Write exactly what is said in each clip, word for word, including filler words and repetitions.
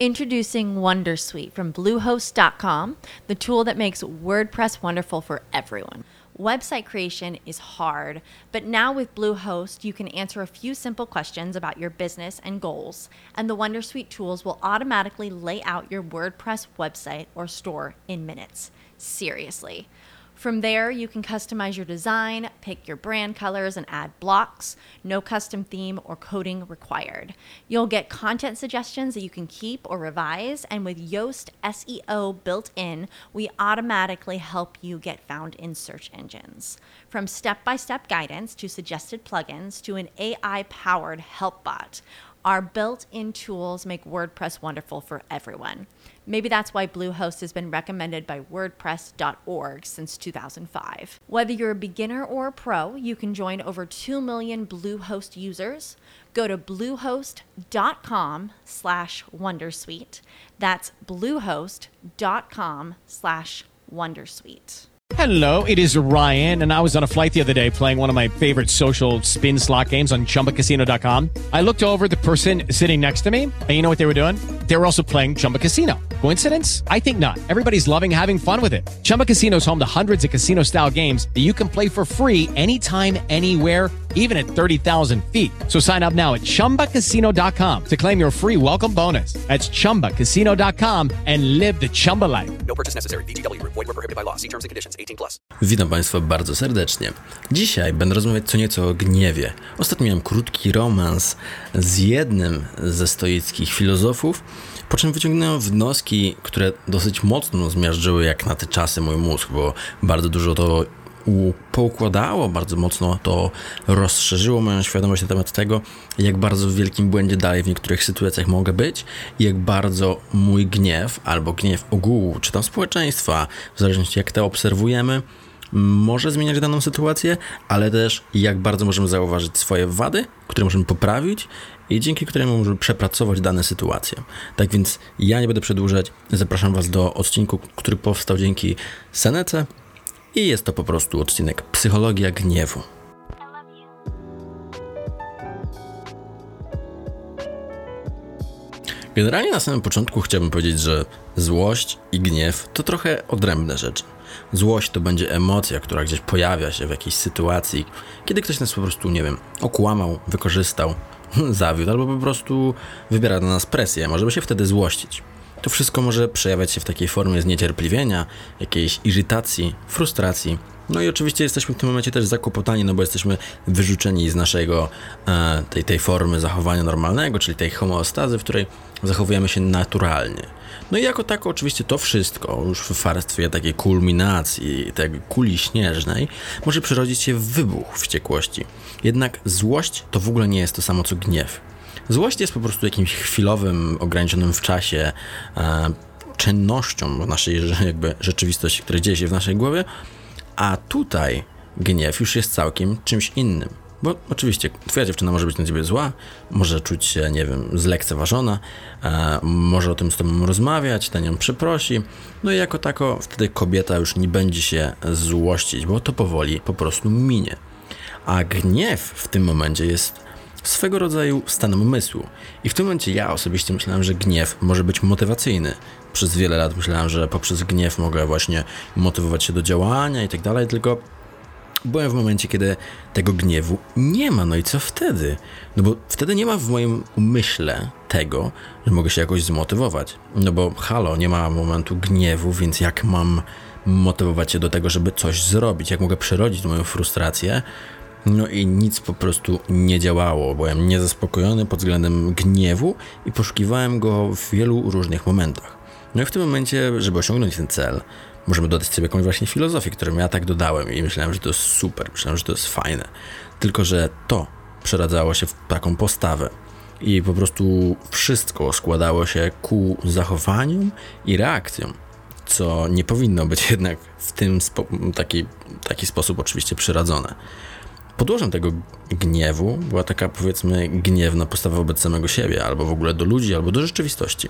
Introducing Wondersuite from Bluehost dot com, the tool that makes WordPress wonderful for everyone. Website creation is hard, but now with Bluehost, you can answer a few simple questions about your business and goals, and the Wondersuite tools will automatically lay out your WordPress website or store in minutes. Seriously. From there, you can customize your design, pick your brand colors, and add blocks. No custom theme or coding required. You'll get content suggestions that you can keep or revise, and with Yoast S E O built in, we automatically help you get found in search engines. From step-by-step guidance to suggested plugins to an A I-powered help bot, our built-in tools make WordPress wonderful for everyone. Maybe that's why Bluehost has been recommended by WordPress dot org since two thousand five. Whether you're a beginner or a pro, you can join over two million Bluehost users. Go to bluehost.com slash Wondersuite. That's bluehost.com slash Wondersuite. Hello, it is Ryan, and I was on a flight the other day playing one of my favorite social spin slot games on Chumba Casino dot com. I looked over at the person sitting next to me, and you know what they were doing? They were also playing Chumba Casino. Coincidence? I think not. Everybody's loving having fun with it. Chumba Casino is home to hundreds of casino-style games that you can play for free anytime, anywhere, even at thirty thousand feet. So sign up now at Chumba Casino dot com to claim your free welcome bonus. That's Chumba Casino dot com and live the Chumba life. No purchase necessary. V G W. Void where prohibited by law. See terms and conditions. eighteen plus. Witam Państwa bardzo serdecznie. Dzisiaj będę rozmawiać co nieco o gniewie. Ostatnio miałem krótki romans z jednym ze stoickich filozofów, po czym wyciągnąłem wnioski, które dosyć mocno zmiażdżyły jak na te czasy mój mózg, bo bardzo dużo to poukładało, bardzo mocno to rozszerzyło moją świadomość na temat tego, jak bardzo w wielkim błędzie dalej w niektórych sytuacjach mogę być i jak bardzo mój gniew albo gniew ogółu, czy tam społeczeństwa, w zależności jak to obserwujemy, może zmieniać daną sytuację, ale też jak bardzo możemy zauważyć swoje wady, które możemy poprawić i dzięki któremu możemy przepracować dane sytuacje. Tak więc ja nie będę przedłużać, zapraszam Was do odcinku, który powstał dzięki Senece i jest to po prostu odcinek Psychologia gniewu. Generalnie na samym początku chciałbym powiedzieć, że złość i gniew to trochę odrębne rzeczy. Złość to będzie emocja, która gdzieś pojawia się w jakiejś sytuacji, kiedy ktoś nas po prostu, nie wiem, okłamał, wykorzystał, zawiódł albo po prostu wybiera na nas presję, możemy się wtedy złościć. To wszystko może przejawiać się w takiej formie zniecierpliwienia, jakiejś irytacji, frustracji. No i oczywiście jesteśmy w tym momencie też zakłopotani, no bo jesteśmy wyrzuceni z naszego, e, tej, tej formy zachowania normalnego, czyli tej homeostazy, w której zachowujemy się naturalnie. No i jako tako oczywiście to wszystko już w warstwie takiej kulminacji, tej kuli śnieżnej może przerodzić się w wybuch wściekłości. Jednak złość to w ogóle nie jest to samo co gniew. Złość jest po prostu jakimś chwilowym, ograniczonym w czasie e, czynnością naszej jakby rzeczywistości, która dzieje się w naszej głowie, a tutaj gniew już jest całkiem czymś innym. Bo oczywiście twoja dziewczyna może być na ciebie zła, może czuć się, nie wiem, zlekceważona, e, może o tym z tobą rozmawiać, ta nią przeprosi, no i jako tako wtedy kobieta już nie będzie się złościć, bo to powoli po prostu minie. A gniew w tym momencie jest swego rodzaju stanem umysłu. I w tym momencie ja osobiście myślałem, że gniew może być motywacyjny. Przez wiele lat myślałem, że poprzez gniew mogę właśnie motywować się do działania i tak dalej, tylko byłem w momencie, kiedy tego gniewu nie ma. No i co wtedy? No bo wtedy nie ma w moim umyśle tego, że mogę się jakoś zmotywować. No bo halo, nie ma momentu gniewu, więc jak mam motywować się do tego, żeby coś zrobić? Jak mogę przerodzić moją frustrację? No i nic po prostu nie działało. Byłem niezaspokojony pod względem gniewu i poszukiwałem go w wielu różnych momentach. No i w tym momencie, żeby osiągnąć ten cel, możemy dodać sobie jakąś właśnie filozofię, którą ja tak dodałem i myślałem, że to jest super, myślałem, że to jest fajne. Tylko że to przeradzało się w taką postawę i po prostu wszystko składało się ku zachowaniom i reakcjom, co nie powinno być jednak w tym spo- taki, taki sposób oczywiście przyradzone. Podłożem tego gniewu była taka, powiedzmy, gniewna postawa wobec samego siebie, albo w ogóle do ludzi, albo do rzeczywistości.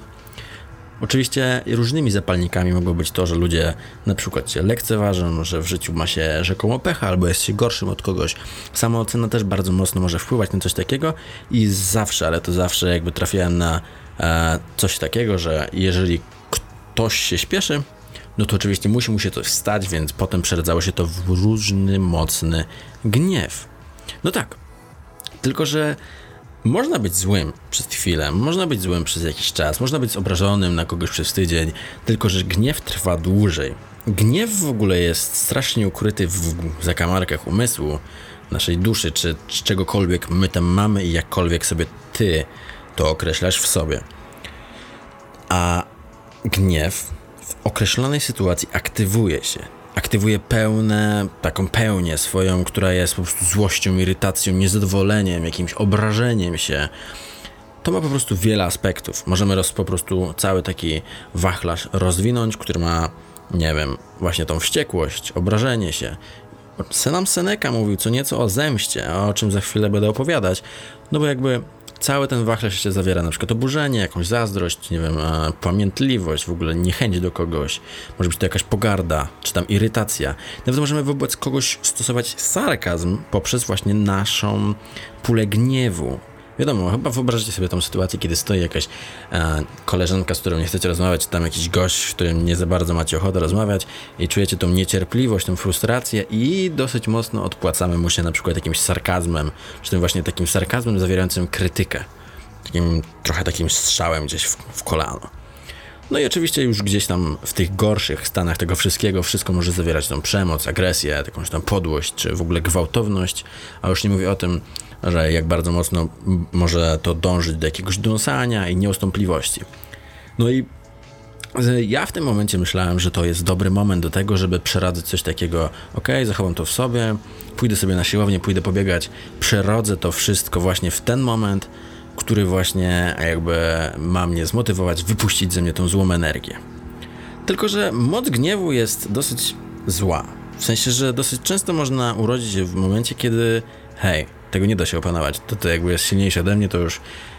Oczywiście różnymi zapalnikami mogło być to, że ludzie na przykład cię lekceważą, że w życiu ma się rzekomo pecha, albo jest się gorszym od kogoś. Samoocena też bardzo mocno może wpływać na coś takiego i zawsze, ale to zawsze jakby trafiałem na e, coś takiego, że jeżeli ktoś się śpieszy, no to oczywiście musi mu się coś stać, więc potem przeradzało się to w różny, mocny gniew. No tak, tylko że można być złym przez chwilę, można być złym przez jakiś czas, można być obrażonym na kogoś przez tydzień, tylko że gniew trwa dłużej. Gniew w ogóle jest strasznie ukryty w zakamarkach umysłu, naszej duszy, czy, czy czegokolwiek my tam mamy i jakkolwiek sobie ty to określasz w sobie. A gniew w określonej sytuacji aktywuje się. Aktywuje pełnę, taką pełnię swoją, która jest po prostu złością, irytacją, niezadowoleniem, jakimś obrażeniem się. To ma po prostu wiele aspektów. Możemy roz, po prostu cały taki wachlarz rozwinąć, który ma, nie wiem, właśnie tą wściekłość, obrażenie się. Sam Seneca mówił co nieco o zemście, o czym za chwilę będę opowiadać, no bo jakby cały ten wachlarz się zawiera na przykład oburzenie, jakąś zazdrość, nie wiem, pamiętliwość, w ogóle niechęć do kogoś, może być to jakaś pogarda, czy tam irytacja. Nawet możemy wobec kogoś stosować sarkazm poprzez właśnie naszą pulę gniewu. Wiadomo, chyba wyobraźcie sobie tą sytuację, kiedy stoi jakaś e, koleżanka, z którą nie chcecie rozmawiać, czy tam jakiś gość, z którym nie za bardzo macie ochotę rozmawiać i czujecie tą niecierpliwość, tą frustrację i dosyć mocno odpłacamy mu się na przykład jakimś sarkazmem, czy tym właśnie takim sarkazmem zawierającym krytykę. Takim, trochę takim strzałem gdzieś w, w kolano. No i oczywiście już gdzieś tam w tych gorszych stanach tego wszystkiego, wszystko może zawierać tą przemoc, agresję, jakąś tam podłość, czy w ogóle gwałtowność, a już nie mówię o tym, że jak bardzo mocno może to dążyć do jakiegoś dąsania i nieustępliwości. No i ja w tym momencie myślałem, że to jest dobry moment do tego, żeby przeradzać coś takiego, ok, zachowam to w sobie, pójdę sobie na siłownię, pójdę pobiegać, przerodzę to wszystko właśnie w ten moment, który właśnie jakby ma mnie zmotywować, wypuścić ze mnie tą złą energię. Tylko że moc gniewu jest dosyć zła. W sensie, że dosyć często można urodzić się w momencie, kiedy hej, tego nie da się opanować, to, to jakby jest silniejsze ode mnie, to już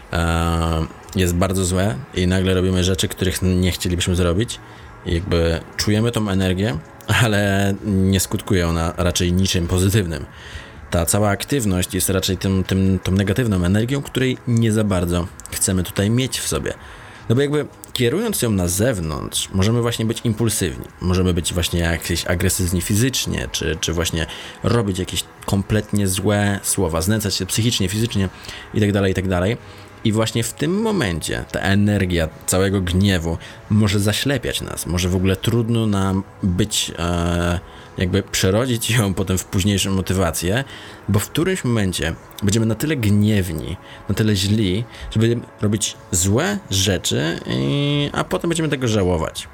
e, jest bardzo złe i nagle robimy rzeczy, których nie chcielibyśmy zrobić i jakby czujemy tą energię, ale nie skutkuje ona raczej niczym pozytywnym. Ta cała aktywność jest raczej tym, tym, tą negatywną energią, której nie za bardzo chcemy tutaj mieć w sobie. No bo jakby kierując ją na zewnątrz, możemy właśnie być impulsywni, możemy być właśnie jakieś agresywni fizycznie, czy, czy właśnie robić jakieś kompletnie złe słowa, znęcać się psychicznie, fizycznie itd., itd. I właśnie w tym momencie ta energia całego gniewu może zaślepiać nas, może w ogóle trudno nam być, e, jakby przerodzić ją potem w późniejszą motywację, bo w którymś momencie będziemy na tyle gniewni, na tyle źli, żeby robić złe rzeczy, i, a potem będziemy tego żałować.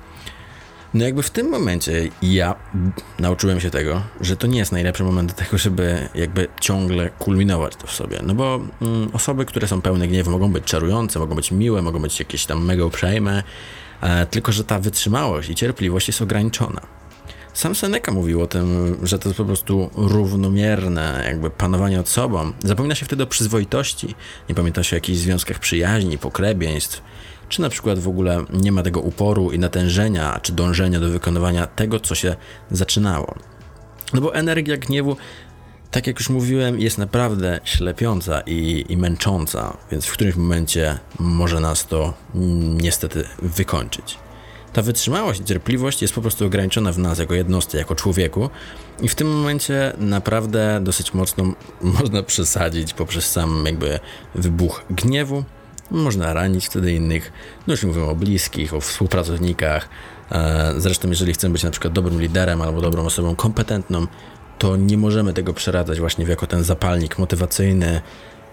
No jakby w tym momencie ja nauczyłem się tego, że to nie jest najlepszy moment do tego, żeby jakby ciągle kulminować to w sobie. No bo mm, osoby, które są pełne gniewu, mogą być czarujące, mogą być miłe, mogą być jakieś tam mega uprzejme, e, tylko że ta wytrzymałość i cierpliwość jest ograniczona. Sam Seneca mówił o tym, że to jest po prostu równomierne jakby panowanie nad sobą. Zapomina się wtedy o przyzwoitości, nie pamięta się o jakichś związkach przyjaźni, pokrewieństw, czy na przykład w ogóle nie ma tego uporu i natężenia, czy dążenia do wykonywania tego, co się zaczynało. No bo energia gniewu, tak jak już mówiłem, jest naprawdę ślepiąca i, i męcząca, więc w którymś momencie może nas to niestety wykończyć. Ta wytrzymałość i cierpliwość jest po prostu ograniczona w nas jako jednostce, jako człowieku i w tym momencie naprawdę dosyć mocno można przesadzić poprzez sam jakby wybuch gniewu. Można ranić wtedy innych, no już nie mówię o bliskich, o współpracownikach. Zresztą jeżeli chcemy być na przykład dobrym liderem albo dobrą osobą kompetentną, to nie możemy tego przeradzać właśnie jako ten zapalnik motywacyjny,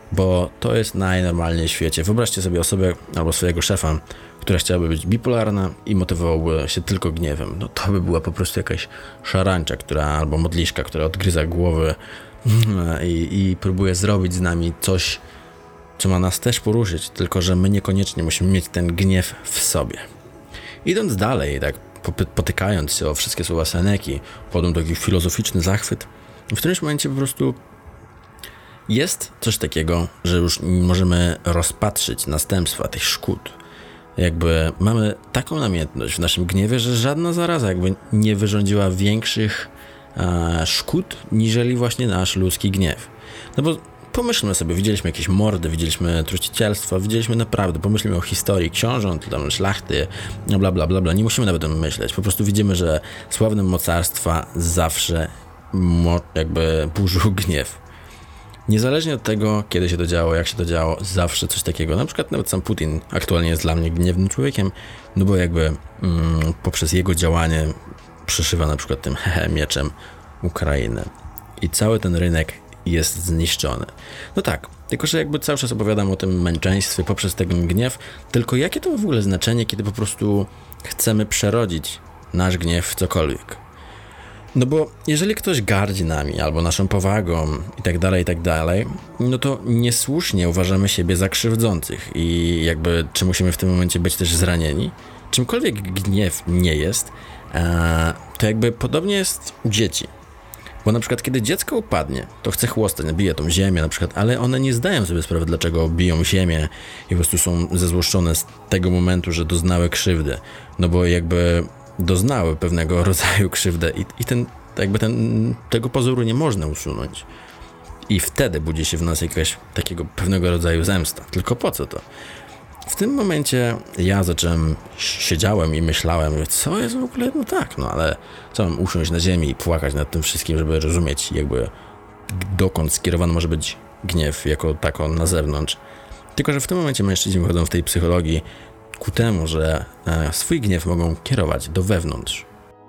bo to jest najnormalniej w świecie. Wyobraźcie sobie osobę albo swojego szefa, która chciałaby być bipolarna i motywowałby się tylko gniewem. No to by była po prostu jakaś szarańcza, która, albo modliszka, która odgryza głowy i, i próbuje zrobić z nami coś, co ma nas też poruszyć, tylko że my niekoniecznie musimy mieć ten gniew w sobie. Idąc dalej, tak potykając się o wszystkie słowa Seneki, potem taki filozoficzny zachwyt, w którymś momencie po prostu jest coś takiego, że już możemy rozpatrzyć następstwa tych szkód. Jakby mamy taką namiętność w naszym gniewie, że żadna zaraza jakby nie wyrządziła większych e, szkód, niżeli właśnie nasz ludzki gniew. No bo pomyślmy sobie, widzieliśmy jakieś mordy, widzieliśmy trucicielstwo, widzieliśmy naprawdę, pomyślmy o historii książąt, tam szlachty, no bla bla bla bla, nie musimy nawet o tym myśleć, po prostu widzimy, że sławne mocarstwa zawsze mo- jakby burzył gniew. Niezależnie od tego, kiedy się to działo, jak się to działo, zawsze coś takiego. Na przykład nawet sam Putin aktualnie jest dla mnie gniewnym człowiekiem, no bo jakby mm, poprzez jego działanie przeszywa na przykład tym hehe mieczem Ukrainę. I cały ten rynek jest zniszczony. No tak, tylko że jakby cały czas opowiadam o tym męczeństwie poprzez ten gniew, tylko jakie to ma w ogóle znaczenie, kiedy po prostu chcemy przerodzić nasz gniew w cokolwiek. No bo jeżeli ktoś gardzi nami, albo naszą powagą i tak dalej, i tak dalej, no to niesłusznie uważamy siebie za krzywdzących i jakby czy musimy w tym momencie być też zranieni? Czymkolwiek gniew nie jest, to jakby podobnie jest u dzieci. Bo na przykład kiedy dziecko upadnie, to chce chłostać, bije tą ziemię na przykład, ale one nie zdają sobie sprawy, dlaczego biją ziemię i po prostu są zezłoszczone z tego momentu, że doznały krzywdy. No bo jakby doznały pewnego rodzaju krzywdę i, i ten, jakby ten, tego pozoru nie można usunąć. I wtedy budzi się w nas jakaś takiego pewnego rodzaju zemsta. Tylko po co to? W tym momencie ja zacząłem, siedziałem i myślałem, co jest w ogóle, no tak, no ale co mam usiąść na ziemi i płakać nad tym wszystkim, żeby rozumieć jakby dokąd skierowany może być gniew jako tako na zewnątrz. Tylko że w tym momencie mężczyźni wychodzą w tej psychologii ku temu, że e, swój gniew mogą kierować do wewnątrz.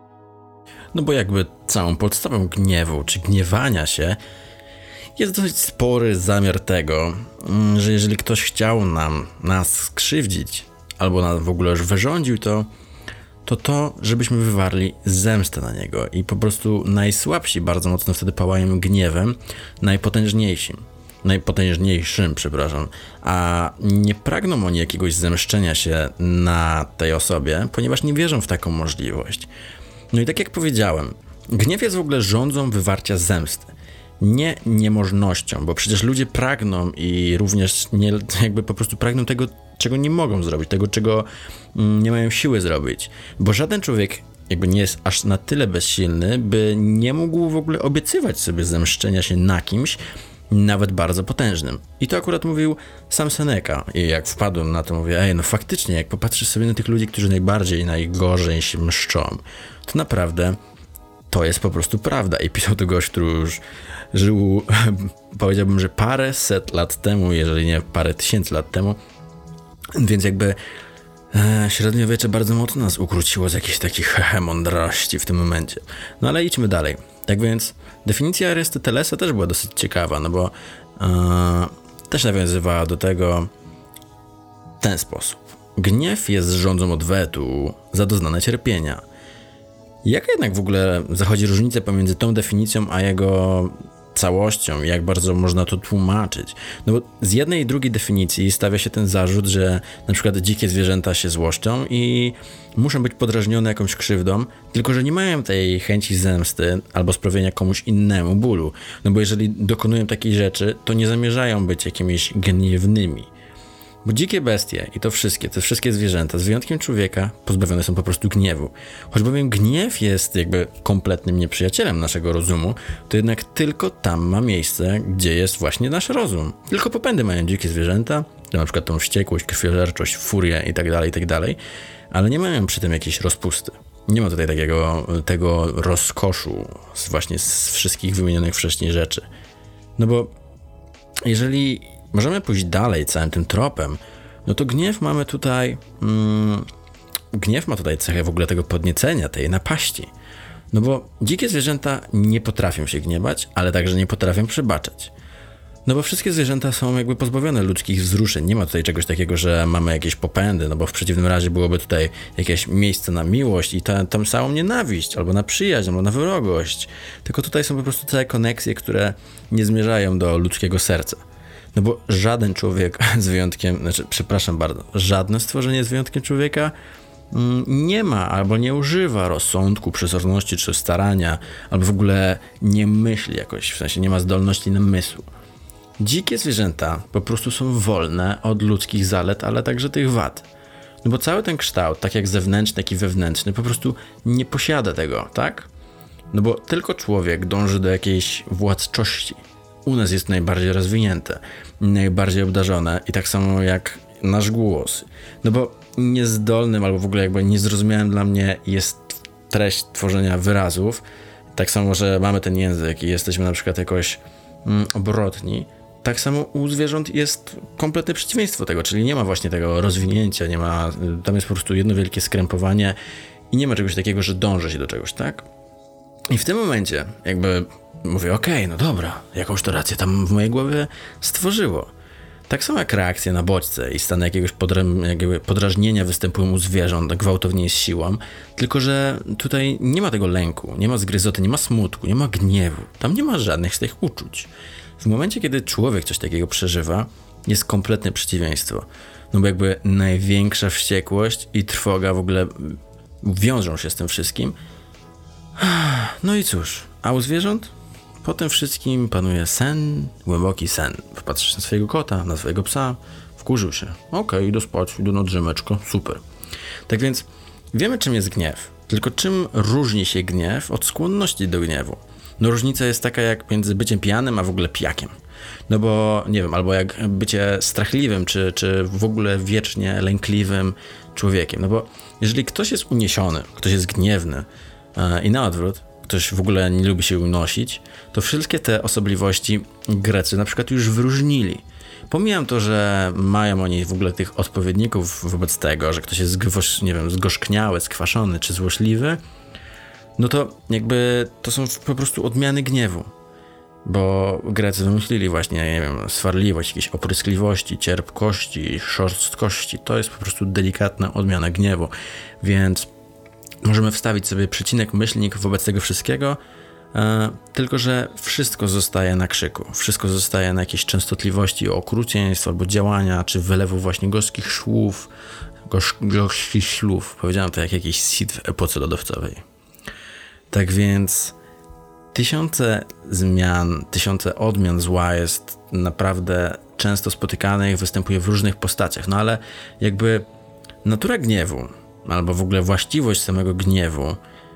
No bo jakby całą podstawą gniewu czy gniewania się jest dosyć spory zamiar tego, że jeżeli ktoś chciał nam, nas skrzywdzić albo nas w ogóle już wyrządził, to to to, żebyśmy wywarli zemstę na niego i po prostu najsłabsi bardzo mocno wtedy pałają gniewem najpotężniejszym. najpotężniejszym, przepraszam, a nie pragną oni jakiegoś zemszczenia się na tej osobie, ponieważ nie wierzą w taką możliwość. No i tak jak powiedziałem, gniew jest w ogóle rządzą wywarcia zemsty, nie niemożnością, bo przecież ludzie pragną i również nie, jakby po prostu pragną tego, czego nie mogą zrobić, tego, czego nie mają siły zrobić, bo żaden człowiek jakby nie jest aż na tyle bezsilny, by nie mógł w ogóle obiecywać sobie zemszczenia się na kimś, nawet bardzo potężnym. I to akurat mówił sam Seneca. I jak wpadłem na to, mówię, ej, no faktycznie, jak popatrzysz sobie na tych ludzi, którzy najbardziej, najgorzej się mszczą, to naprawdę to jest po prostu prawda. I pisał to gość, który już żył, powiedziałbym, że parę set lat temu, jeżeli nie parę tysięcy lat temu. Więc jakby e, średniowiecze bardzo mocno nas ukróciło z jakichś takich hehe mądrości w tym momencie. No ale idźmy dalej. Tak więc definicja Arystotelesa też była dosyć ciekawa, no bo e, też nawiązywała do tego w ten sposób. Gniew jest rządzą odwetu za doznane cierpienia. Jaka jednak w ogóle zachodzi różnica pomiędzy tą definicją a jego całością, jak bardzo można to tłumaczyć? No bo z jednej i drugiej definicji stawia się ten zarzut, że na przykład dzikie zwierzęta się złoszczą i muszą być podrażnione jakąś krzywdą, tylko że nie mają tej chęci zemsty albo sprawienia komuś innemu bólu. No bo jeżeli dokonują takiej rzeczy, to nie zamierzają być jakimiś gniewnymi. Bo dzikie bestie i to wszystkie, te wszystkie zwierzęta, z wyjątkiem człowieka, pozbawione są po prostu gniewu. Choć bowiem gniew jest jakby kompletnym nieprzyjacielem naszego rozumu, to jednak tylko tam ma miejsce, gdzie jest właśnie nasz rozum. Tylko popędy mają dzikie zwierzęta, na przykład tą wściekłość, krwiożerczość, furię i tak dalej, i tak dalej, ale nie mają przy tym jakiejś rozpusty. Nie ma tutaj takiego tego rozkoszu z właśnie z wszystkich wymienionych wcześniej rzeczy. No bo jeżeli możemy pójść dalej całym tym tropem, no to gniew mamy tutaj, mm, gniew ma tutaj cechę w ogóle tego podniecenia, tej napaści. No bo dzikie zwierzęta nie potrafią się gniewać, ale także nie potrafią przebaczać. No bo wszystkie zwierzęta są jakby pozbawione ludzkich wzruszeń. Nie ma tutaj czegoś takiego, że mamy jakieś popędy, no bo w przeciwnym razie byłoby tutaj jakieś miejsce na miłość i ta, tam całą nienawiść, albo na przyjaźń, albo na wrogość. Tylko tutaj są po prostu całe koneksje, które nie zmierzają do ludzkiego serca. No bo żaden człowiek z wyjątkiem, znaczy przepraszam bardzo, żadne stworzenie z wyjątkiem człowieka mm, nie ma albo nie używa rozsądku, przezorności czy starania, albo w ogóle nie myśli jakoś, w sensie nie ma zdolności namysłu. Dzikie zwierzęta po prostu są wolne od ludzkich zalet, ale także tych wad. No bo cały ten kształt, tak jak zewnętrzny, jak i wewnętrzny, po prostu nie posiada tego, tak? No bo tylko człowiek dąży do jakiejś władczości, u nas jest najbardziej rozwinięte, najbardziej obdarzone i tak samo jak nasz głos. No bo niezdolnym albo w ogóle jakby niezrozumiałym dla mnie jest treść tworzenia wyrazów. Tak samo, że mamy ten język i jesteśmy na przykład jakoś mm, obrotni. Tak samo u zwierząt jest kompletne przeciwieństwo tego, czyli nie ma właśnie tego rozwinięcia, nie ma, tam jest po prostu jedno wielkie skrępowanie i nie ma czegoś takiego, że dąży się do czegoś, tak? I w tym momencie jakby mówię, okej, okay, no dobra, jakąś to rację tam w mojej głowie stworzyło. Tak samo jak reakcje na bodźce i stany jakiegoś podra- jakby podrażnienia występują u zwierząt gwałtownie z siłą, tylko że tutaj nie ma tego lęku, nie ma zgryzoty, nie ma smutku, nie ma gniewu, tam nie ma żadnych z tych uczuć. W momencie, kiedy człowiek coś takiego przeżywa, jest kompletne przeciwieństwo. No bo jakby największa wściekłość i trwoga w ogóle wiążą się z tym wszystkim. No i cóż, a u zwierząt? Po tym wszystkim panuje sen, głęboki sen. Popatrzysz na swojego kota, na swojego psa, wkurzył się. Okej, okay, idę spać, idę na drzemeczko, super. Tak więc wiemy, czym jest gniew. Tylko czym różni się gniew od skłonności do gniewu? No różnica jest taka jak między byciem pijanym, a w ogóle pijakiem. No bo, nie wiem, albo jak bycie strachliwym, czy, czy w ogóle wiecznie lękliwym człowiekiem. No bo jeżeli ktoś jest uniesiony, ktoś jest gniewny yy, i na odwrót, ktoś w ogóle nie lubi się unosić, to wszystkie te osobliwości Grecy na przykład już wyróżnili. Pomijam to, że mają oni w ogóle tych odpowiedników wobec tego, że ktoś jest, nie wiem, zgorzkniały, skwaszony czy złośliwy, no to jakby to są po prostu odmiany gniewu. Bo Grecy wymyślili właśnie, nie wiem, swarliwość, jakieś opryskliwości, cierpkości, szorstkości. To jest po prostu delikatna odmiana gniewu. Więc możemy wstawić sobie przecinek, myślnik wobec tego wszystkiego, e, tylko że wszystko zostaje na krzyku. Wszystko zostaje na jakiejś częstotliwości okrucieństw albo działania, czy wylewu właśnie gorzkich słów, gorz, gorzkich ślów. Powiedziałem to jak jakiś sit w epoce lodowcowej. Tak więc tysiące zmian, tysiące odmian zła jest naprawdę często spotykanych, występuje w różnych postaciach. No ale jakby natura gniewu, albo w ogóle właściwość samego gniewu,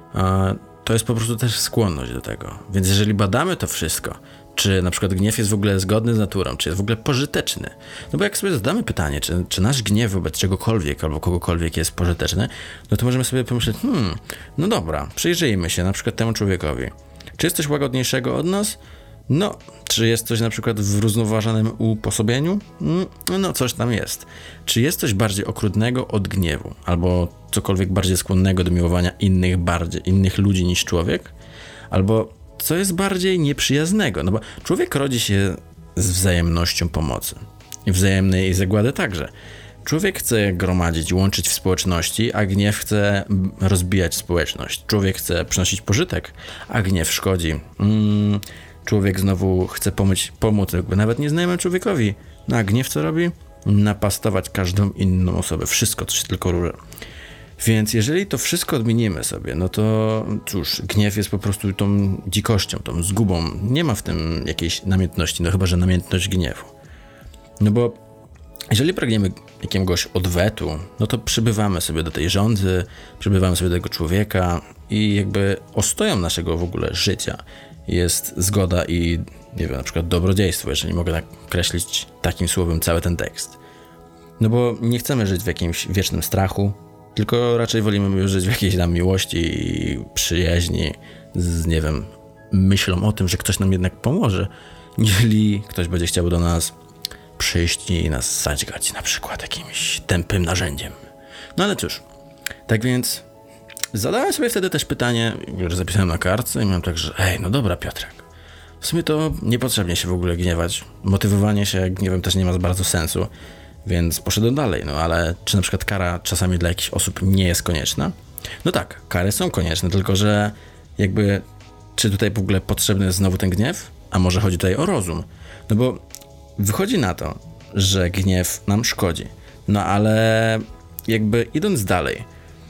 to jest po prostu też skłonność do tego. Więc jeżeli badamy to wszystko, czy na przykład gniew jest w ogóle zgodny z naturą, czy jest w ogóle pożyteczny, no bo jak sobie zadamy pytanie, czy, czy nasz gniew wobec czegokolwiek albo kogokolwiek jest pożyteczny, no to możemy sobie pomyśleć, hmm, no dobra, przyjrzyjmy się na przykład temu człowiekowi. Czy jest coś łagodniejszego od nas? No, czy jest coś na przykład w równoważonym uposobieniu? No, coś tam jest. Czy jest coś bardziej okrutnego od gniewu? Albo cokolwiek bardziej skłonnego do miłowania innych bardziej, innych ludzi niż człowiek? Albo co jest bardziej nieprzyjaznego? No bo człowiek rodzi się z wzajemnością pomocy. I wzajemnej zagłady także. Człowiek chce gromadzić, łączyć w społeczności, a gniew chce rozbijać społeczność. Człowiek chce przynosić pożytek, a gniew szkodzi. Mm, człowiek znowu chce pomóc, pomóc jakby nawet nieznajomemu człowiekowi. No a gniew co robi? Napastować każdą inną osobę. Wszystko, co się tylko ruszy. Więc jeżeli to wszystko odmienimy sobie, no to cóż, gniew jest po prostu tą dzikością, tą zgubą. Nie ma w tym jakiejś namiętności, no chyba że namiętność gniewu. No bo jeżeli pragniemy jakiegoś odwetu, no to przybywamy sobie do tej żądzy, przybywamy sobie do tego człowieka i jakby ostoją naszego w ogóle życia jest zgoda i, nie wiem, na przykład dobrodziejstwo, jeżeli mogę tak określić takim słowem cały ten tekst. No bo nie chcemy żyć w jakimś wiecznym strachu, tylko raczej wolimy żyć w jakiejś tam miłości i przyjaźni z, nie wiem, myślą o tym, że ktoś nam jednak pomoże, jeżeli ktoś będzie chciał do nas przyjść i nas zadźgać na przykład jakimś tępym narzędziem. No ale cóż, tak więc zadałem sobie wtedy też pytanie, które zapisałem na kartce i miałem tak, że ej, no dobra Piotrek, w sumie to niepotrzebnie się w ogóle gniewać, motywowanie się gniewem też nie ma bardzo sensu, więc poszedłem dalej, no ale czy na przykład kara czasami dla jakichś osób nie jest konieczna? No tak, kary są konieczne, tylko że jakby czy tutaj w ogóle potrzebny jest znowu ten gniew? A może chodzi tutaj o rozum? No bo wychodzi na to, że gniew nam szkodzi. No ale jakby idąc dalej,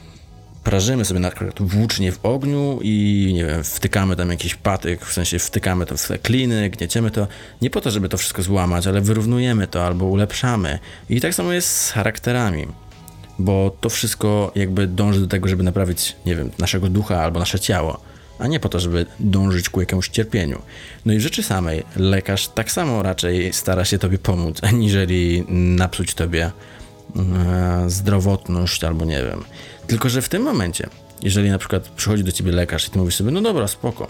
prażymy sobie na przykład włócznie w ogniu i nie wiem, wtykamy tam jakiś patyk, w sensie wtykamy to w te kliny, gnieciemy to, nie po to, żeby to wszystko złamać, ale wyrównujemy to albo ulepszamy. I tak samo jest z charakterami, bo to wszystko jakby dąży do tego, żeby naprawić, nie wiem, naszego ducha albo nasze ciało. a nie po to, żeby dążyć ku jakiemuś cierpieniu. No i w rzeczy samej lekarz tak samo raczej stara się tobie pomóc, aniżeli napsuć tobie e, zdrowotność albo nie wiem. Tylko że w tym momencie, jeżeli na przykład przychodzi do ciebie lekarz i ty mówisz sobie, no dobra, spoko,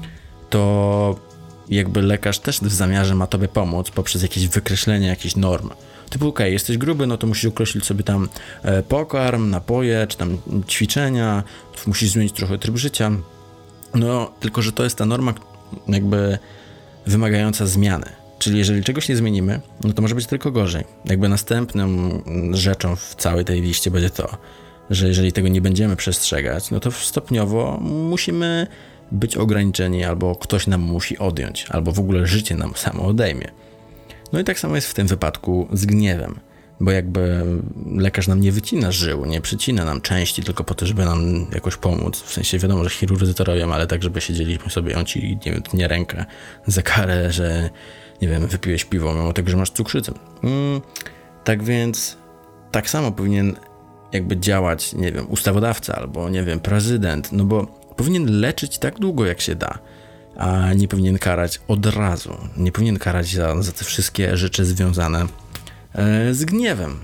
to jakby lekarz też w zamiarze ma tobie pomóc poprzez jakieś wykreślenie jakichś norm. Typu, okej, okay, jesteś gruby, no to musisz określić sobie tam e, pokarm, napoje, czy tam ćwiczenia, musisz zmienić trochę tryb życia. No, tylko że to jest ta norma jakby wymagająca zmiany. Czyli jeżeli czegoś nie zmienimy, no to może być tylko gorzej. Jakby następną rzeczą w całej tej liście będzie to, że jeżeli tego nie będziemy przestrzegać, no to stopniowo musimy być ograniczeni, albo ktoś nam musi odjąć, albo w ogóle życie nam samo odejmie. No i tak samo jest w tym wypadku z gniewem, bo jakby lekarz nam nie wycina żył, nie przycina nam części tylko po to, żeby nam jakoś pomóc. W sensie wiadomo, że chirurdzy to robią, ale tak, żeby siedzieliśmy sobie, on ci, nie wiem, tnie rękę za karę, że nie wiem, wypiłeś piwo, mimo tego, że masz cukrzycę. Mm, tak więc tak samo powinien jakby działać, nie wiem, ustawodawca albo, nie wiem, prezydent, no bo powinien leczyć tak długo, jak się da, a nie powinien karać od razu. Nie powinien karać za, za te wszystkie rzeczy związane e, z gniewem.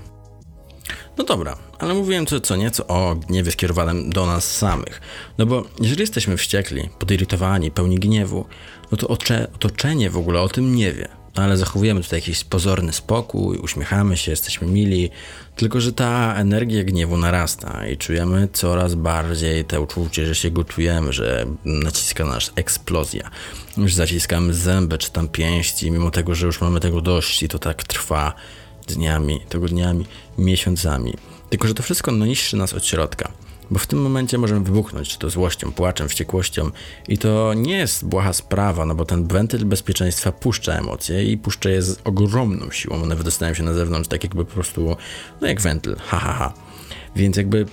No dobra, ale mówiłem co, co nieco o gniewie skierowanym do nas samych. No bo jeżeli jesteśmy wściekli, podirytowani, pełni gniewu, no to ocze, otoczenie w ogóle o tym nie wie. Ale zachowujemy tutaj jakiś pozorny spokój, uśmiechamy się, jesteśmy mili, tylko że ta energia gniewu narasta i czujemy coraz bardziej te uczucie, że się gotujemy, że naciska nas eksplozja. Już zaciskamy zęby czy tam pięści, mimo tego, że już mamy tego dość i to tak trwa dniami, tygodniami, miesiącami. Tylko że to wszystko no, niszczy nas od środka. Bo w tym momencie możemy wybuchnąć, czy to złością, płaczem, wściekłością i to nie jest błaha sprawa, no bo ten wentyl bezpieczeństwa puszcza emocje i puszcza je z ogromną siłą, one wydostają się na zewnątrz tak jakby po prostu, no jak wentyl, ha ha ha. Więc jakby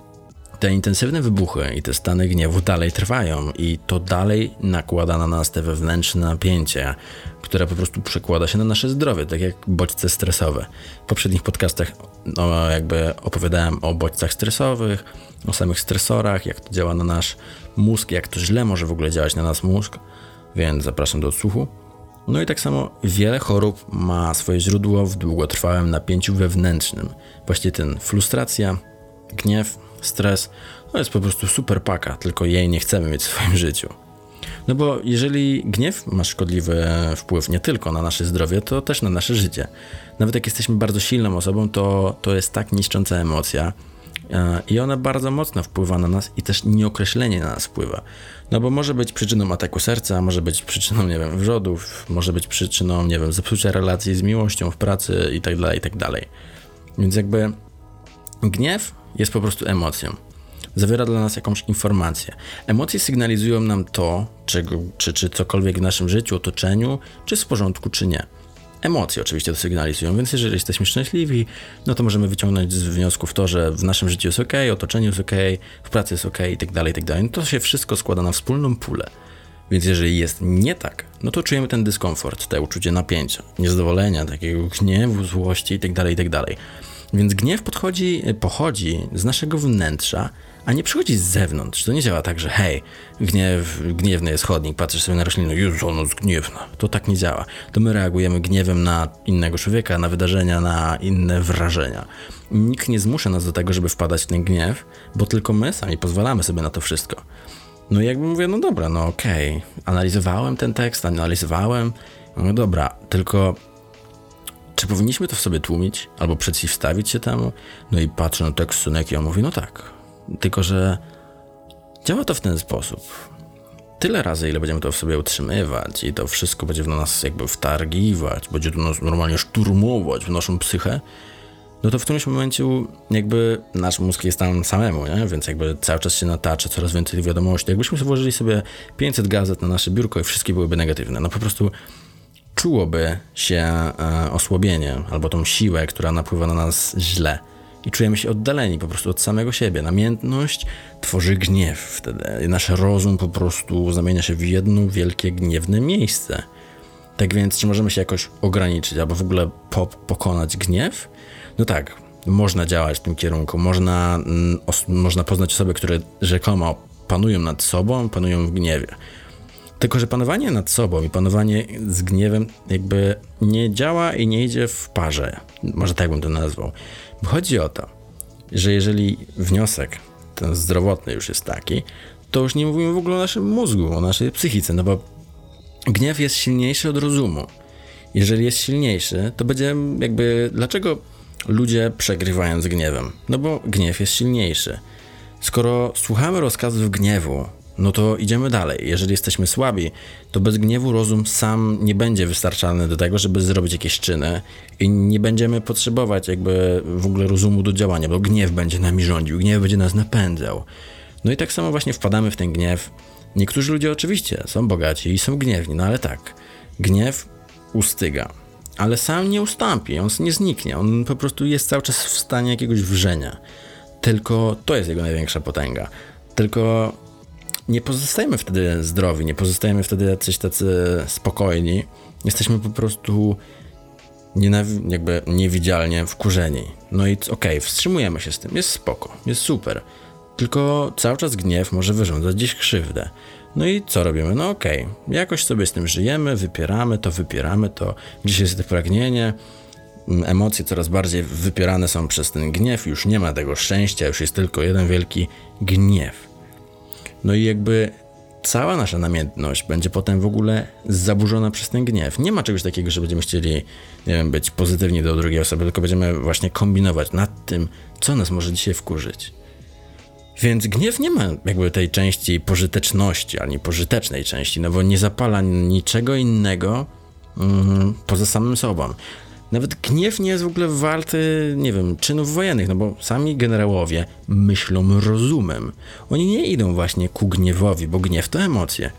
te intensywne wybuchy i te stany gniewu dalej trwają i to dalej nakłada na nas te wewnętrzne napięcie, które po prostu przekłada się na nasze zdrowie, tak jak bodźce stresowe. W poprzednich podcastach no, jakby opowiadałem o bodźcach stresowych, o samych stresorach, jak to działa na nasz mózg, jak to źle może w ogóle działać na nasz mózg, więc zapraszam do odsłuchu. No i tak samo wiele chorób ma swoje źródło w długotrwałym napięciu wewnętrznym. Właśnie ten frustracja, gniew, stres, to jest po prostu super paka, tylko jej nie chcemy mieć w swoim życiu. No bo jeżeli gniew ma szkodliwy wpływ nie tylko na nasze zdrowie, to też na nasze życie. Nawet jak jesteśmy bardzo silną osobą, to, to jest tak niszcząca emocja i ona bardzo mocno wpływa na nas i też nieokreślenie na nas wpływa. No bo może być przyczyną ataku serca, może być przyczyną, nie wiem, wrzodów, może być przyczyną, nie wiem, zepsucia relacji z miłością w pracy i tak dalej, i tak dalej. Więc jakby gniew jest po prostu emocją. Zawiera dla nas jakąś informację. Emocje sygnalizują nam to, czego, czy, czy cokolwiek w naszym życiu, otoczeniu, czy jest w porządku, czy nie. Emocje oczywiście to sygnalizują, więc jeżeli jesteśmy szczęśliwi, no to możemy wyciągnąć z wniosków to, że w naszym życiu jest ok, otoczeniu jest ok, w pracy jest ok i tak dalej, i tak dalej. No to się wszystko składa na wspólną pulę. Więc jeżeli jest nie tak, no to czujemy ten dyskomfort, te uczucie napięcia, niezadowolenia, takiego gniewu, złości i tak dalej, i tak dalej. Więc gniew podchodzi, pochodzi z naszego wnętrza, a nie przychodzi z zewnątrz. To nie działa tak, że hej, gniew, gniewny jest chodnik, patrzysz sobie na roślinę, Jezu, ona jest gniewna. To tak nie działa. To my reagujemy gniewem na innego człowieka, na wydarzenia, na inne wrażenia. Nikt nie zmusza nas do tego, żeby wpadać w ten gniew, bo tylko my sami pozwalamy sobie na to wszystko. No i jakby mówię, no dobra, no okej, okay. Analizowałem ten tekst, analizowałem, no dobra, tylko czy powinniśmy to w sobie tłumić albo przeciwstawić się temu? No i patrzę na tekst Seneki i on mówi, no tak, tylko że działa to w ten sposób. Tyle razy, ile będziemy to w sobie utrzymywać i to wszystko będzie w nas jakby wtargiwać, będzie to nas normalnie szturmować w naszą psychę, no to w którymś momencie jakby nasz mózg jest tam samemu, nie? Więc jakby cały czas się natacza, coraz więcej wiadomości. Jakbyśmy włożyli sobie pięćset gazet na nasze biurko i wszystkie byłyby negatywne, no po prostu czułoby się e, osłabienie albo tą siłę, która napływa na nas źle i czujemy się oddaleni po prostu od samego siebie. Namiętność tworzy gniew wtedy. Nasz rozum po prostu zamienia się w jedno wielkie gniewne miejsce. Tak więc, czy możemy się jakoś ograniczyć albo w ogóle po, pokonać gniew? No tak, można działać w tym kierunku, można, mm, os, można poznać osoby, które rzekomo panują nad sobą, panują w gniewie. Tylko że panowanie nad sobą i panowanie z gniewem jakby nie działa i nie idzie w parze. Może tak bym to nazwał. Bo chodzi o to, że jeżeli wniosek ten zdrowotny już jest taki, to już nie mówimy w ogóle o naszym mózgu, o naszej psychice, no bo gniew jest silniejszy od rozumu. Jeżeli jest silniejszy, to będzie jakby... Dlaczego ludzie przegrywają z gniewem? No bo gniew jest silniejszy. Skoro słuchamy rozkazów gniewu, no to idziemy dalej. Jeżeli jesteśmy słabi, to bez gniewu rozum sam nie będzie wystarczalny do tego, żeby zrobić jakieś czyny i nie będziemy potrzebować jakby w ogóle rozumu do działania, bo gniew będzie nami rządził, gniew będzie nas napędzał. No i tak samo właśnie wpadamy w ten gniew. Niektórzy ludzie oczywiście są bogaci i są gniewni, no ale tak, gniew ustyga, ale sam nie ustąpi, on nie zniknie, on po prostu jest cały czas w stanie jakiegoś wrzenia. Tylko to jest jego największa potęga. Tylko nie pozostajemy wtedy zdrowi, nie pozostajemy wtedy jacyś tacy spokojni. Jesteśmy po prostu nienawi- jakby niewidzialnie wkurzeni. No i okej, okay, wstrzymujemy się z tym, jest spoko, jest super. Tylko cały czas gniew może wyrządzać gdzieś krzywdę. No i co robimy? No okej, okay, jakoś sobie z tym żyjemy, wypieramy to, wypieramy to. Gdzieś jest to pragnienie, emocje coraz bardziej wypierane są przez ten gniew, już nie ma tego szczęścia, już jest tylko jeden wielki gniew. No i jakby cała nasza namiętność będzie potem w ogóle zaburzona przez ten gniew. Nie ma czegoś takiego, że będziemy chcieli, nie wiem, być pozytywni do drugiej osoby, tylko będziemy właśnie kombinować nad tym, co nas może dzisiaj wkurzyć. Więc gniew nie ma jakby tej części pożyteczności, ani pożytecznej części, no bo nie zapala niczego innego mm, poza samym sobą. Nawet gniew nie jest w ogóle warty, nie wiem, czynów wojennych, no bo sami generałowie myślą rozumem. Oni nie idą właśnie ku gniewowi, bo gniew to emocje,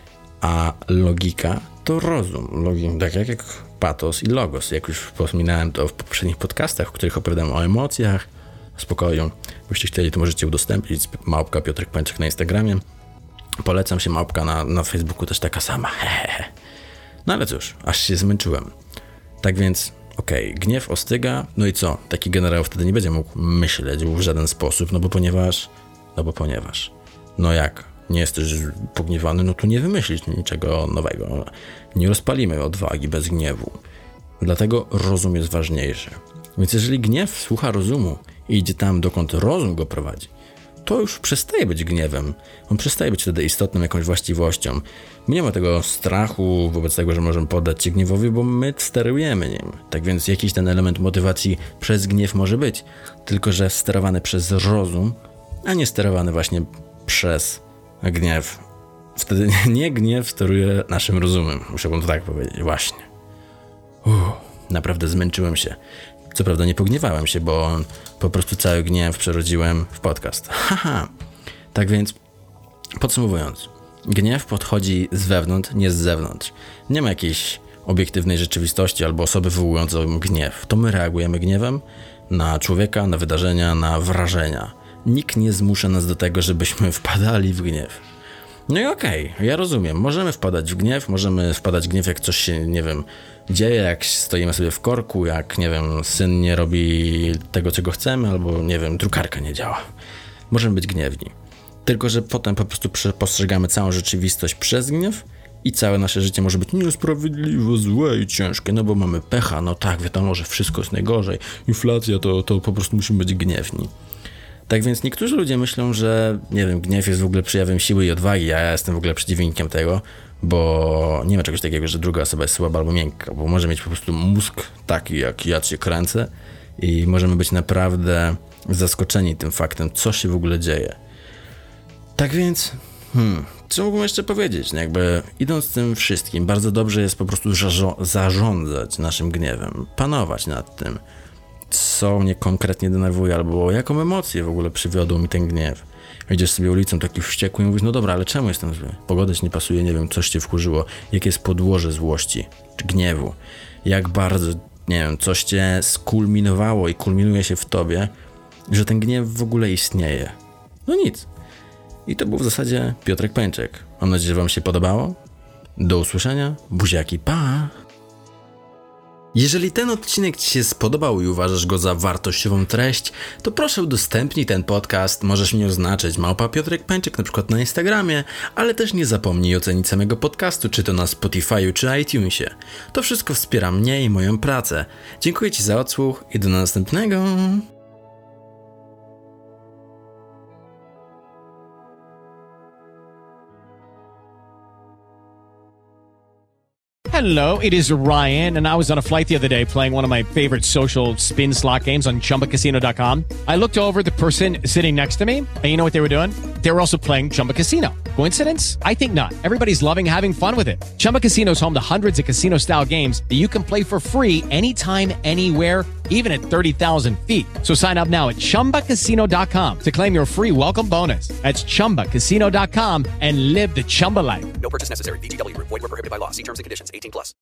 a logika to rozum. Logik, tak jak, jak patos i logos. Jak już wspominałem to w poprzednich podcastach, w których opowiadam o emocjach, o spokoju. Jakbyście chcieli, to możecie udostępnić. Małpka Piotrek Pańczyk na Instagramie. Polecam się, małpka na, na Facebooku też taka sama. Hehehe. No ale cóż, aż się zmęczyłem. Tak więc, okej, okay, gniew ostyga, no i co? Taki generał wtedy nie będzie mógł myśleć w żaden sposób, no bo ponieważ, no bo ponieważ, no jak nie jesteś pogniewany, no to nie wymyślisz niczego nowego, nie rozpalimy odwagi bez gniewu. Dlatego rozum jest ważniejszy. Więc jeżeli gniew słucha rozumu i idzie tam, dokąd rozum go prowadzi, to już przestaje być gniewem. On przestaje być wtedy istotną jakąś właściwością. Nie ma tego strachu wobec tego, że możemy poddać się gniewowi, bo my sterujemy nim. Tak więc jakiś ten element motywacji przez gniew może być, tylko że sterowany przez rozum, a nie sterowany właśnie przez gniew. Wtedy nie gniew steruje naszym rozumem. Muszę wam to tak powiedzieć. Właśnie. Uff, naprawdę zmęczyłem się. Co prawda nie pogniewałem się, bo po prostu cały gniew przerodziłem w podcast. Haha. Tak więc, podsumowując, gniew podchodzi z wewnątrz, nie z zewnątrz. Nie ma jakiejś obiektywnej rzeczywistości albo osoby wywołującej gniew. To my reagujemy gniewem na człowieka, na wydarzenia, na wrażenia. Nikt nie zmusza nas do tego, żebyśmy wpadali w gniew. No i okej, okay, ja rozumiem, możemy wpadać w gniew, możemy wpadać w gniew, jak coś się, nie wiem, dzieje, jak stoimy sobie w korku, jak, nie wiem, syn nie robi tego, czego chcemy, albo, nie wiem, drukarka nie działa. Możemy być gniewni. Tylko że potem po prostu postrzegamy całą rzeczywistość przez gniew i całe nasze życie może być niesprawiedliwe, złe i ciężkie, no bo mamy pecha, no tak, wiadomo, że wszystko jest najgorzej, inflacja, to, to po prostu musimy być gniewni. Tak więc niektórzy ludzie myślą, że, nie wiem, gniew jest w ogóle przejawem siły i odwagi, a ja jestem w ogóle przeciwnikiem tego, bo nie ma czegoś takiego, że druga osoba jest słaba albo miękka, bo może mieć po prostu mózg taki, jak ja się kręcę i możemy być naprawdę zaskoczeni tym faktem, co się w ogóle dzieje. Tak więc, hmm, co mógłbym jeszcze powiedzieć? No jakby idąc tym wszystkim, bardzo dobrze jest po prostu zarzo- zarządzać naszym gniewem, panować nad tym, co mnie konkretnie denerwuje, albo jaką emocję w ogóle przywiodł mi ten gniew. Idziesz sobie ulicą taki wściekły i mówisz, no dobra, ale czemu jestem zły? Pogoda ci nie pasuje, nie wiem, coś cię wkurzyło, jakie jest podłoże złości, czy gniewu, jak bardzo, nie wiem, coś cię skulminowało i kulminuje się w tobie, że ten gniew w ogóle istnieje. No nic. I to był w zasadzie Piotrek Pańczyk. Mam nadzieję, że wam się podobało. Do usłyszenia. Buziaki, pa! Jeżeli ten odcinek Ci się spodobał i uważasz go za wartościową treść, to proszę udostępnij ten podcast, możesz mnie oznaczyć małpa Piotrek Pęczyk na przykład na Instagramie, ale też nie zapomnij ocenić samego podcastu, czy to na Spotify'u, czy iTunesie. To wszystko wspiera mnie i moją pracę. Dziękuję Ci za odsłuch i do następnego. Hello, it is Ryan, and I was on a flight the other day playing one of my favorite social spin slot games on chumba casino dot com. I looked over at the person sitting next to me, and you know what they were doing? They were also playing Chumba Casino. Coincidence? I think not. Everybody's loving having fun with it. Chumba Casino is home to hundreds of casino-style games that you can play for free anytime, anywhere, even at thirty thousand feet. So sign up now at chumba casino dot com to claim your free welcome bonus. That's chumba casino dot com and live the Chumba life. No purchase necessary. V G W. Void where prohibited by law. See terms and conditions. eighteen plus.